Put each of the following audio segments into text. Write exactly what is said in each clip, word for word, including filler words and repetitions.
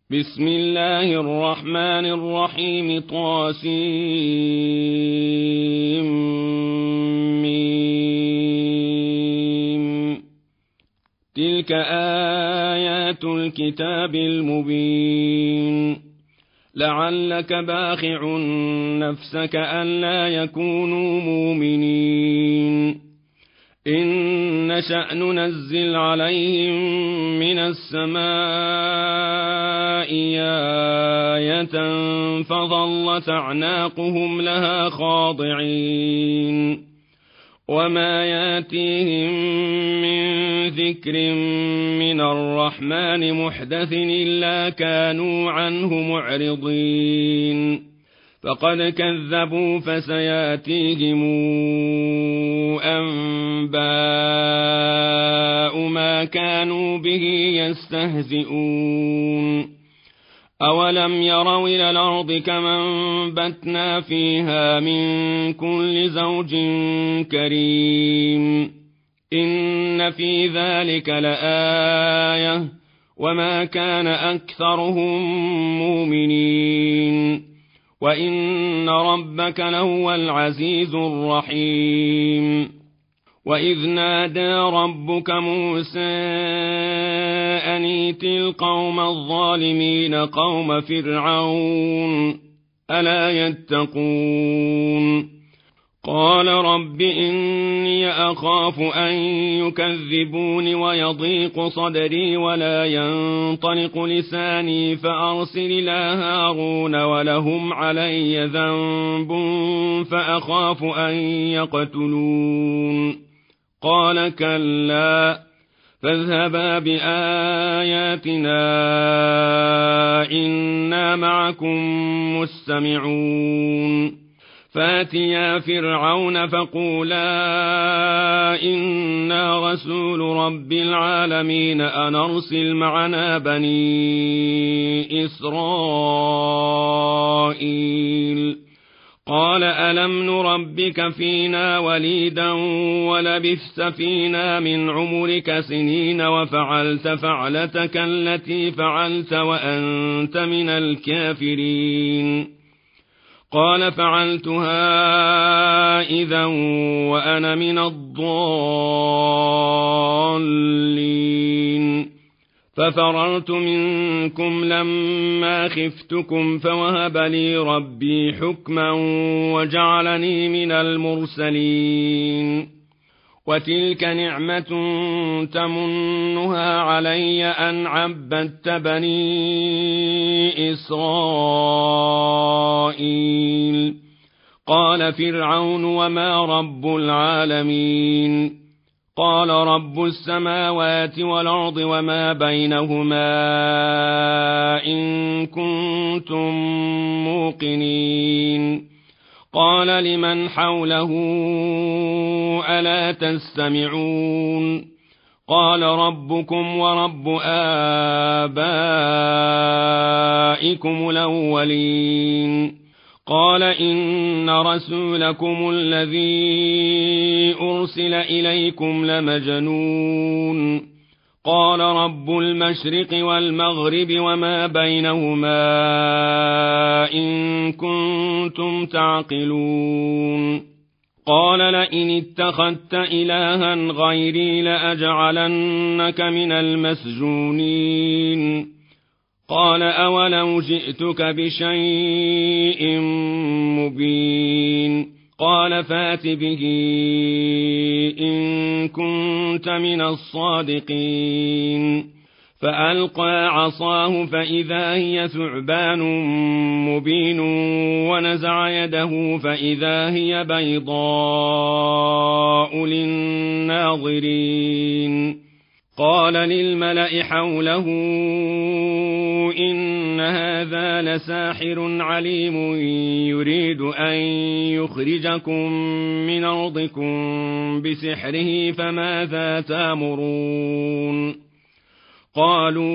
بسم الله الرحمن الرحيم طاسيم تلك آيات الكتاب المبين لعلك باخع نفسك ألا يكونوا مؤمنين إن نشأ ننزل عليهم من السماء آية فظلت أعناقهم لها خاضعين وما ياتيهم من ذكر من الرحمن محدث إلا كانوا عنه معرضين فقد كذبوا فسياتيهم أنباء ما كانوا به يستهزئون أولم يروا إلى الأرض كما أنبتنا فيها من كل زوج كريم إن في ذلك لآية وما كان أكثرهم مؤمنين وإن ربك لهو العزيز الرحيم وإذ نادى ربك موسى أن ائت القوم الظالمين قوم فرعون ألا يتقون قال رب إني أخاف أن يكذبون ويضيق صدري ولا ينطلق لساني فأرسل إلى هارون ولهم علي ذنب فأخاف أن يقتلون قال كلا فاذهبا بآياتنا إنا معكم مستمعون فاتيا فرعون فقولا إنا رسول رب العالمين أن أرسل معنا بني إسرائيل قال ألم نربك فينا وليدا ولبثت فينا من عمرك سنين وفعلت فعلتك التي فعلت وأنت من الكافرين قال فعلتها إذا وأنا من الضالين ففررت منكم لما خفتكم فوهب لي ربي حكما وجعلني من المرسلين وتلك نعمة تمنها علي أن عبدت بني إسرائيل قال فرعون وما رب العالمين قال رب السماوات والأرض وما بينهما إن كنتم موقنين قال لمن حوله ألا تستمعون قال ربكم ورب آبائكم الأولين قال إن رسولكم الذي أرسل إليكم لمجنون قال رب المشرق والمغرب وما بينهما إن كنتم تعقلون قال لئن اتخذت إلها غيري لأجعلنك من المسجونين قال أولو جئتك بشيء مبين قال فات به إن كنت من الصادقين فألقى عصاه فإذا هي ثعبان مبين ونزع يده فإذا هي بيضاء للناظرين قال للملأ حوله إن هذا لساحر عليم يريد أن يخرجكم من أرضكم بسحره فماذا تأمرون قالوا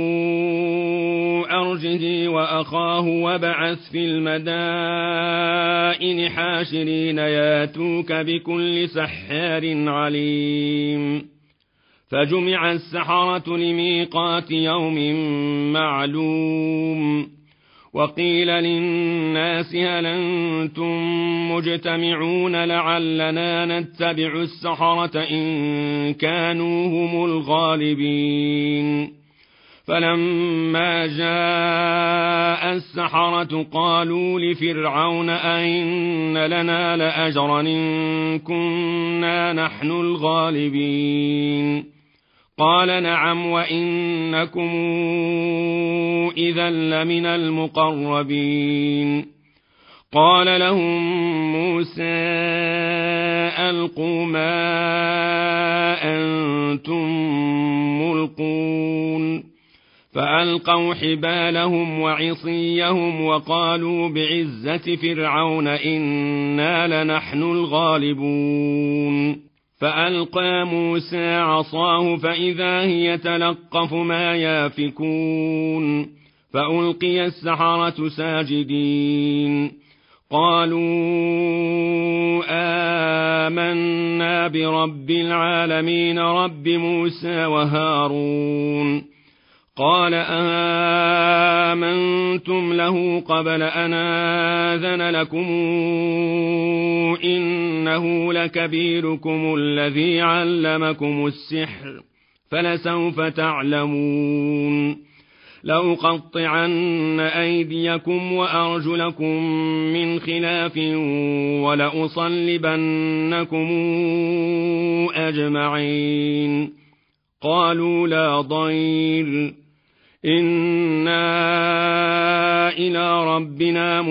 أرجه وأخاه وابعث في المدائن حاشرين ياتوك بكل سحار عليم فجمع السحرة لميقات يوم معلوم وقيل للناس هل أنتم مجتمعون لعلنا نتبع السحرة إن كانوا هم الغالبين فلما جاء السحرة قالوا لفرعون أئن لنا لأجرا إن كنا نحن الغالبين قال نعم وإنكم إذا لمن المقربين قال لهم موسى ألقوا ما أنتم ملقون فألقوا حبالهم وعصيهم وقالوا بعزة فرعون إنا لنحن الغالبون فألقى موسى عصاه فإذا هي تلقف ما يافكون فألقي السحرة ساجدين قالوا آمنا برب العالمين رب موسى وهارون قال آمنتم له قبل أن آذن لكم إنه لكبيركم الذي علمكم السحر فلسوف تعلمون لأقطعن أيديكم وأرجلكم من خلاف ولأصلبنكم أجمعين قالوا لا ضير إنا إلى ربنا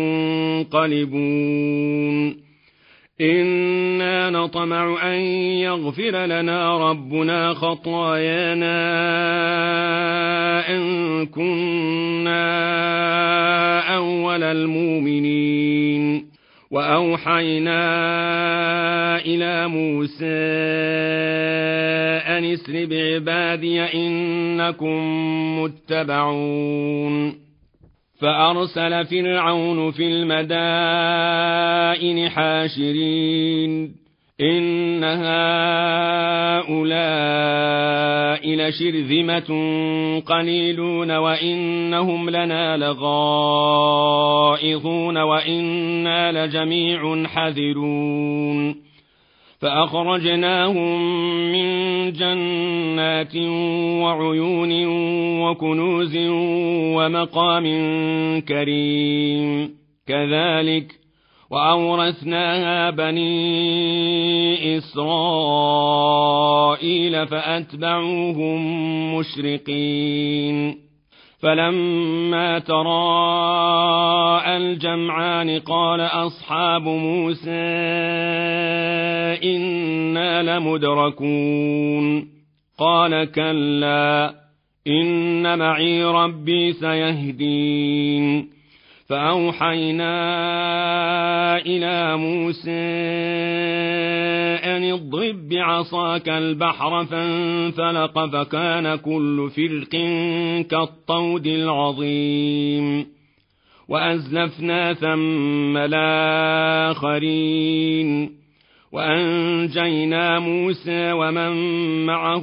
منقلبون إنا نطمع أن يغفر لنا ربنا خطايانا أن كنا أول المؤمنين وأوحينا إلى موسى أن اسر بعبادي إنكم متبعون فأرسل فرعون في المدائن حاشرين إن هؤلاء لشرذمة قليلون وإنهم لنا لغائظون وإنا لجميع حذرون فأخرجناهم من جنات وعيون وكنوز ومقام كريم كذلك وأورثناها بني إسرائيل فأتبعوهم مشرقين فلما تراءى الجمعان قال أصحاب موسى إنا لمدركون قال كلا إن معي ربي سيهدين فأوحينا إلى موسى أن اضرب بعصاك البحر فانفلق فكان كل فرق كالطود العظيم وأزلفنا ثم الآخرين وأنجينا موسى ومن معه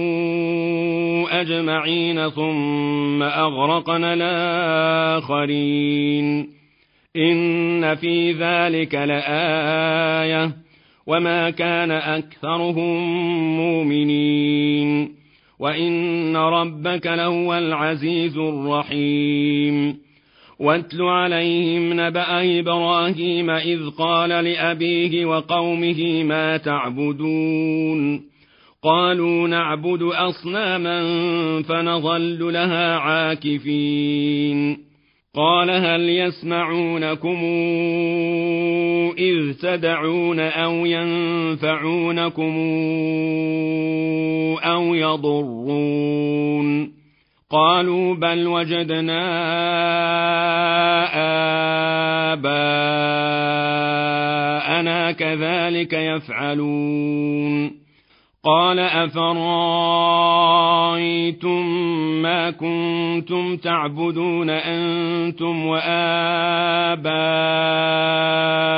أجمعين ثم أغرقنا الآخرين إن في ذلك لآية وما كان أكثرهم مؤمنين وإن ربك لهو العزيز الرحيم واتل عليهم نبأ إبراهيم إذ قال لأبيه وقومه ما تعبدون قالوا نعبد أصناما فنظل لها عاكفين قال هل يسمعونكم إذ تدعون أو ينفعونكم أو يضرون قالوا بل وجدنا آباءنا كذلك يفعلون قال أفرأيتم ما كنتم تعبدون أنتم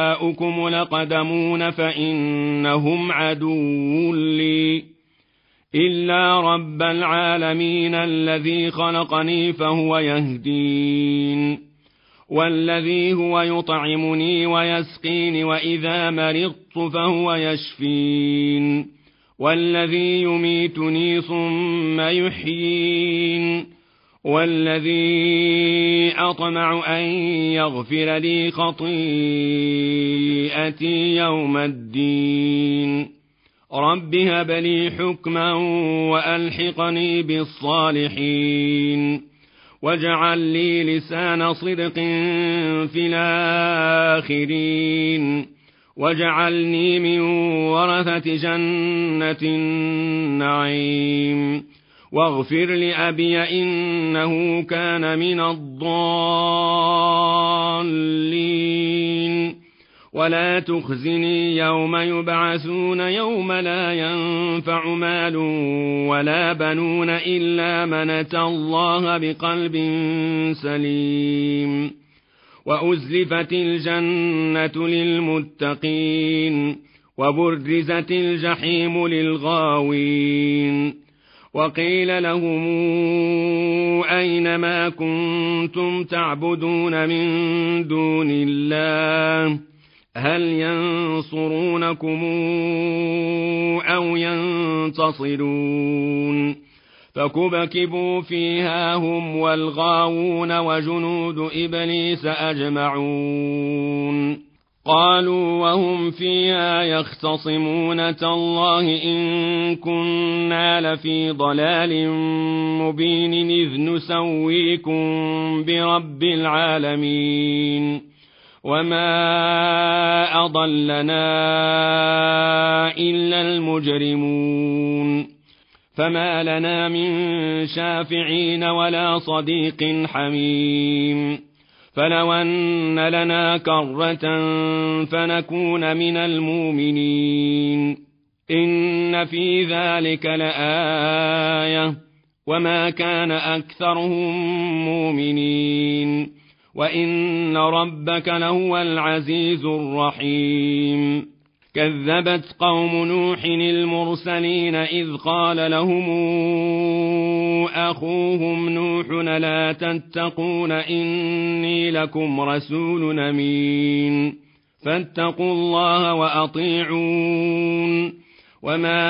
وآباؤكم الأقدمون فإنهم عدو لي إلا رب العالمين الذي خلقني فهو يهدين، والذي هو يطعمني ويسقين وإذا مرضت فهو يشفين، والذي يميتني ثم يحيين، والذي أطمع أن يغفر لي خطيئتي يوم الدين. رب هب لي حكما وألحقني بالصالحين، واجعل لي لسان صدق في الآخرين، واجعلني من ورثة جنة النعيم، واغفر لأبي إنه كان من الضالين، ولا تخزني يوم يبعثون يوم لا ينفع مال ولا بنون إلا من أتى الله بقلب سليم. وأزلفت الجنة للمتقين، وبرزت الجحيم للغاوين، وقيل لهم أين ما كنتم تعبدون من دون الله هل ينصرونكم أو ينتصرون، فكبكبوا فيها هم والغاوون وجنود إبليس أجمعون. قالوا وهم فيها يختصمون تالله إن كنا لفي ضلال مبين إذ نسويكم برب العالمين، وما أضلنا إلا المجرمون، فما لنا من شافعين ولا صديق حميم، فلو أن لنا كرة فنكون من المؤمنين. إن في ذلك لآية وما كان أكثرهم مؤمنين، وإن ربك لهو العزيز الرحيم. كذبت قوم نوح المرسلين إذ قال لهم أخوهم نوح لا تتقون إني لكم رسول أمين، فاتقوا الله وأطيعون، وما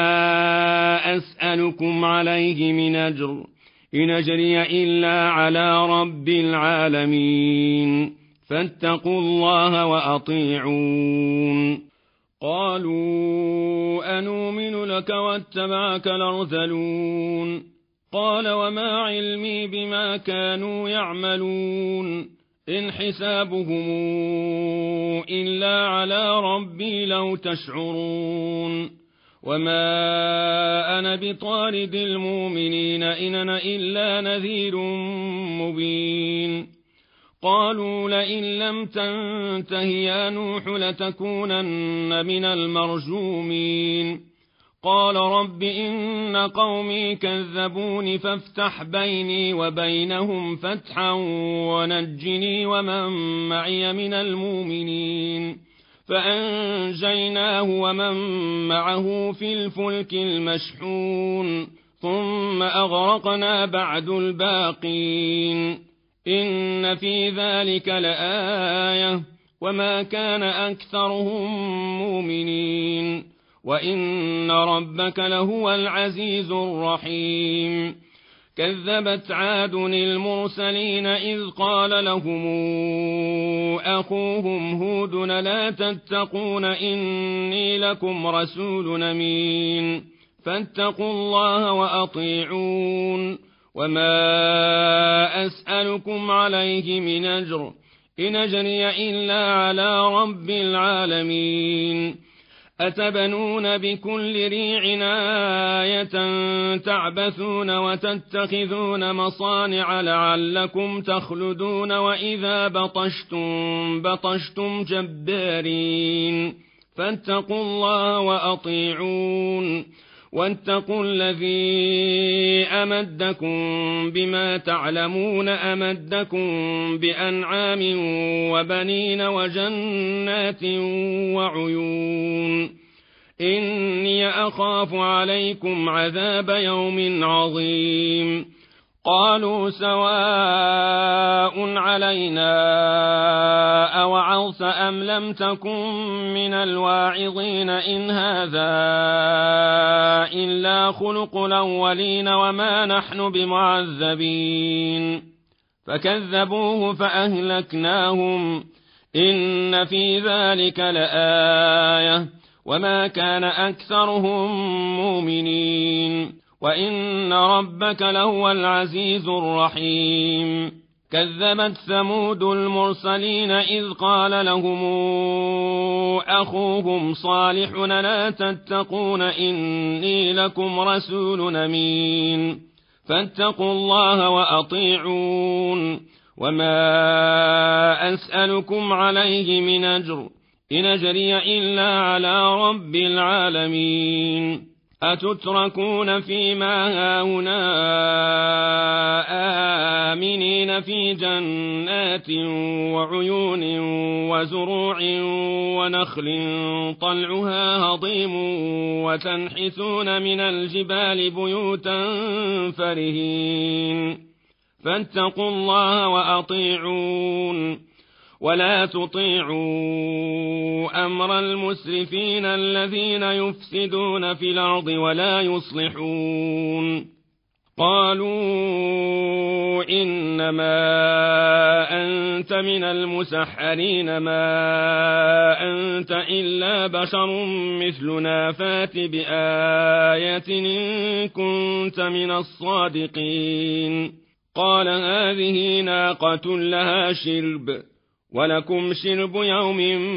أسألكم عليه من أجر إن أجري إلا على رب العالمين، فاتقوا الله وأطيعون. قالوا أنؤمن لك واتبعك الأرذلون، قال وما علمي بما كانوا يعملون، إن حسابهم إلا على ربي لو تشعرون، وما أنا بطارد المؤمنين إن أنا إلا نذير مبين. قالوا لئن لم تنته يا نوح لتكونن من المرجومين. قال رب إن قومي كذبوني فافتح بيني وبينهم فتحا ونجني ومن معي من المؤمنين. فأنجيناه ومن معه في الفلك المشحون ثم أغرقنا بعد الباقين. إن في ذلك لآية وما كان أكثرهم مؤمنين وإن ربك لهو العزيز الرحيم. كذبت عاد المرسلين إذ قال لهم أخوهم هود لا تتقون إني لكم رسول أمين، فاتقوا الله وأطيعون، وما أسألكم عليه من أجر إن أجري إلا على رب العالمين. أتبنون بكل ريع آية تعبثون وتتخذون مصانع لعلكم تخلدون وإذا بطشتم بطشتم جبارين. فاتقوا الله وأطيعون، واتقوا الذي أمدكم بما تعلمون أمدكم بأنعام وبنين وجنات وعيون. إني أخاف عليكم عذاب يوم عظيم قالوا سواء علينا أوعظت أم لم تكن من الواعظين إن هذا إلا خلق الأولين وما نحن بمعذبين فكذبوه فأهلكناهم إن في ذلك لآية وما كان أكثرهم مؤمنين وإن ربك لهو العزيز الرحيم كذبت ثمود المرسلين إذ قال لهم أخوهم صالح لا تتقون إني لكم رسول أمين فاتقوا الله وأطيعون وما أسألكم عليه من أجر إن أجري إلا على رب العالمين أتتركون فيما هاهنا آمنين في جنات وعيون وزروع ونخل طلعها هضيم وتنحتون من الجبال بيوتا فرهين فاتقوا الله وأطيعون ولا تطيعوا أمر المسرفين الذين يفسدون في الأرض ولا يصلحون قالوا إنما أنت من المسحرين ما أنت إلا بشر مثلنا فات بآية إن كنت من الصادقين قال هذه ناقة لها شرب ولكم شرب يوم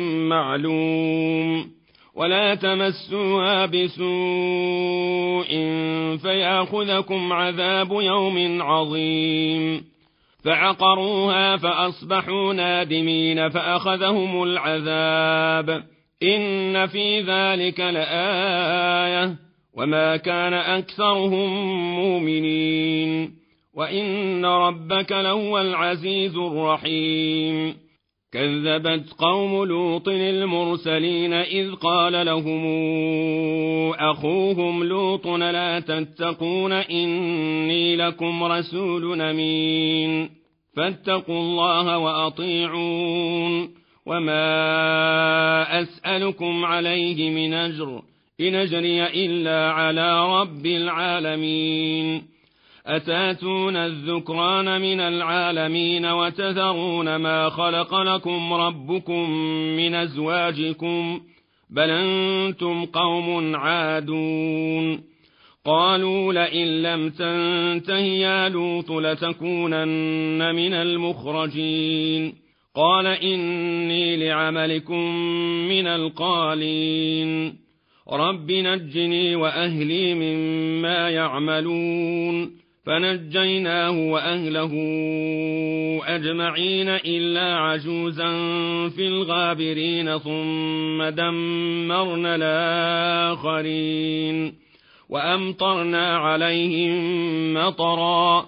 معلوم ولا تمسوها بسوء فيأخذكم عذاب يوم عظيم فعقروها فأصبحوا نادمين فأخذهم العذاب إن في ذلك لآية وما كان أكثرهم مؤمنين وإن ربك لهو العزيز الرحيم كذبت قوم لوط المرسلين إذ قال لهم أخوهم لوط لا تتقون إني لكم رسول أمين فاتقوا الله وأطيعون وما أسألكم عليه من أجر إن أجري إلا على رب العالمين أتاتون الذكران من العالمين وتذرون ما خلق لكم ربكم من أزواجكم بل أنتم قوم عادون قالوا لئن لم تنته يا لوط لتكونن من المخرجين قال إني لعملكم من القالين رب نجني وأهلي مما يعملون فنجيناه وأهله أجمعين إلا عجوزا في الغابرين ثم دمرنا الآخرين وأمطرنا عليهم مطرا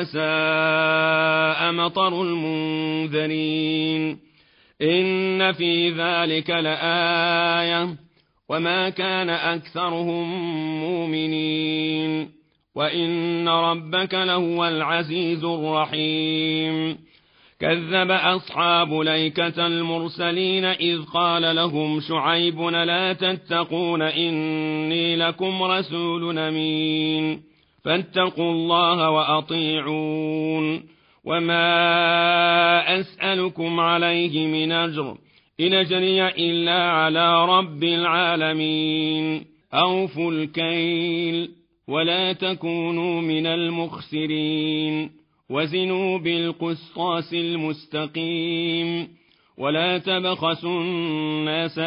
فساء مطر المنذرين إن في ذلك لآية وما كان أكثرهم مؤمنين وإن ربك لهو العزيز الرحيم كذب أصحاب ليكة المرسلين إذ قال لهم شعيب لا تتقون إني لكم رسول أمين فاتقوا الله وأطيعون وما أسألكم عليه من أجر إن أجري إلا على رب العالمين أوفوا الكيل ولا تكونوا من المخسرين وزنوا بالقسطاس المستقيم ولا تبخسوا الناس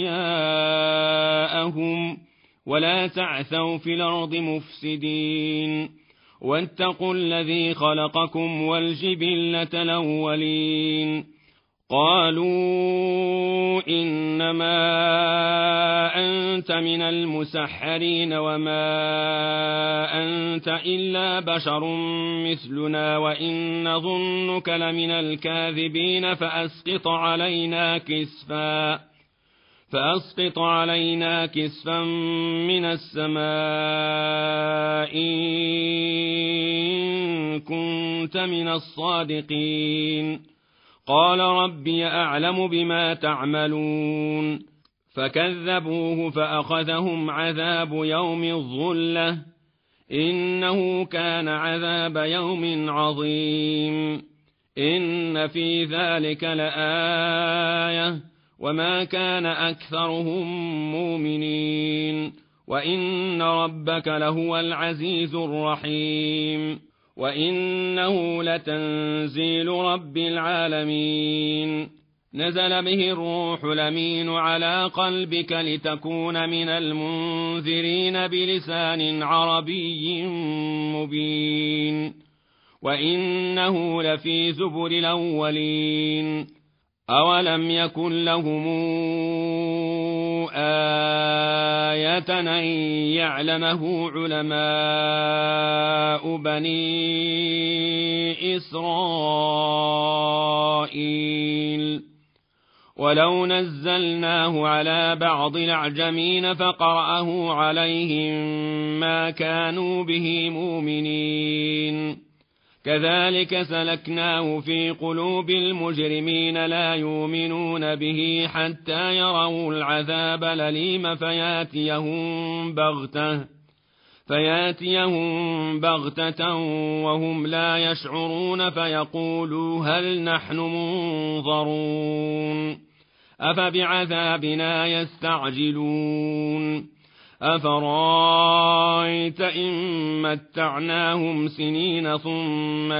أشياءهم ولا تعثوا في الأرض مفسدين واتقوا الذي خلقكم والجبلة الأولين قالوا إنما أنت من المسحرين وما أنت إلا بشر مثلنا وإن نظنك لمن الكاذبين فأسقط علينا كسفا فأسقط علينا كسفا من السماء إن كنت من الصادقين قال ربي أعلم بما تعملون فكذبوه فأخذهم عذاب يوم الظلة إنه كان عذاب يوم عظيم إن في ذلك لآية وما كان أكثرهم مؤمنين وإن ربك لهو العزيز الرحيم وإنه لتنزيل رب العالمين نزل به الروح الأمين على قلبك لتكون من المنذرين بلسان عربي مبين وإنه لفي زبر الأولين أولم يكن لهم آية أن يعلمه علماء بني إسرائيل ولو نزلناه على بعض الأعجمين فقرأه عليهم ما كانوا به مؤمنين كذلك سلكناه في قلوب المجرمين لا يؤمنون به حتى يروا العذاب الأليم فياتيهم بغتة فياتيهم بغتة وهم لا يشعرون فيقولوا هل نحن منظرون أفبعذابنا يستعجلون أفرايت إن متعناهم سنين ثم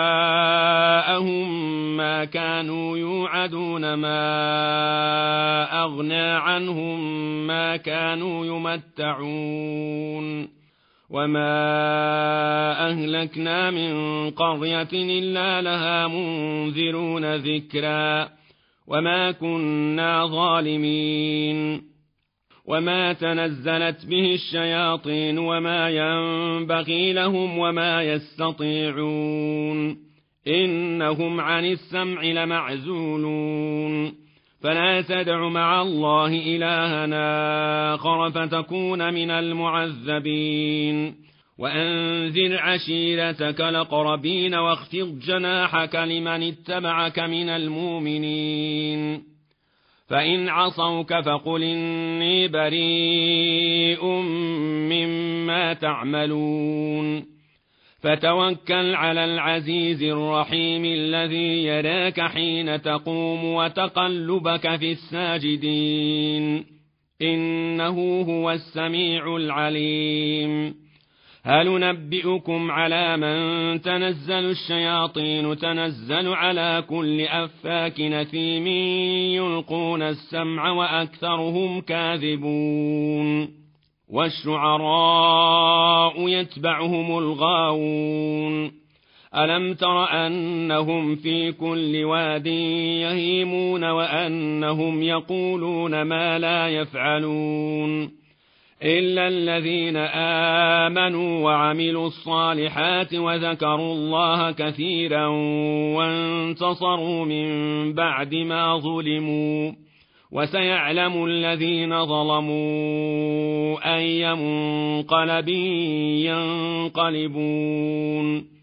جاءهم ما كانوا يوعدون ما أغنى عنهم ما كانوا يمتعون وما أهلكنا من قرية إلا لها منذرون ذكرا وما كنا ظالمين وما تنزلت به الشياطين وما ينبغي لهم وما يستطيعون إنهم عن السمع لمعزولون فلا تدع مع الله إلها آخر فتكون من المعذبين وأنذر عشيرتك الأقربين واخفض جناحك لمن اتبعك من المؤمنين فإن عصوك فقل إني بريء مما تعملون فتوكل على العزيز الرحيم الذي يراك حين تقوم وتقلبك في الساجدين إنه هو السميع العليم هل ننبئكم على من تنزل الشياطين تنزل على كل أفاك نثيم يلقون السمع وأكثرهم كاذبون والشعراء يتبعهم الغاوون ألم تر أنهم في كل واد يهيمون وأنهم يقولون ما لا يفعلون إلا الذين آمنوا وعملوا الصالحات وذكروا الله كثيرا وانتصروا من بعد ما ظلموا وسيعلم الذين ظلموا أي منقلب ينقلبون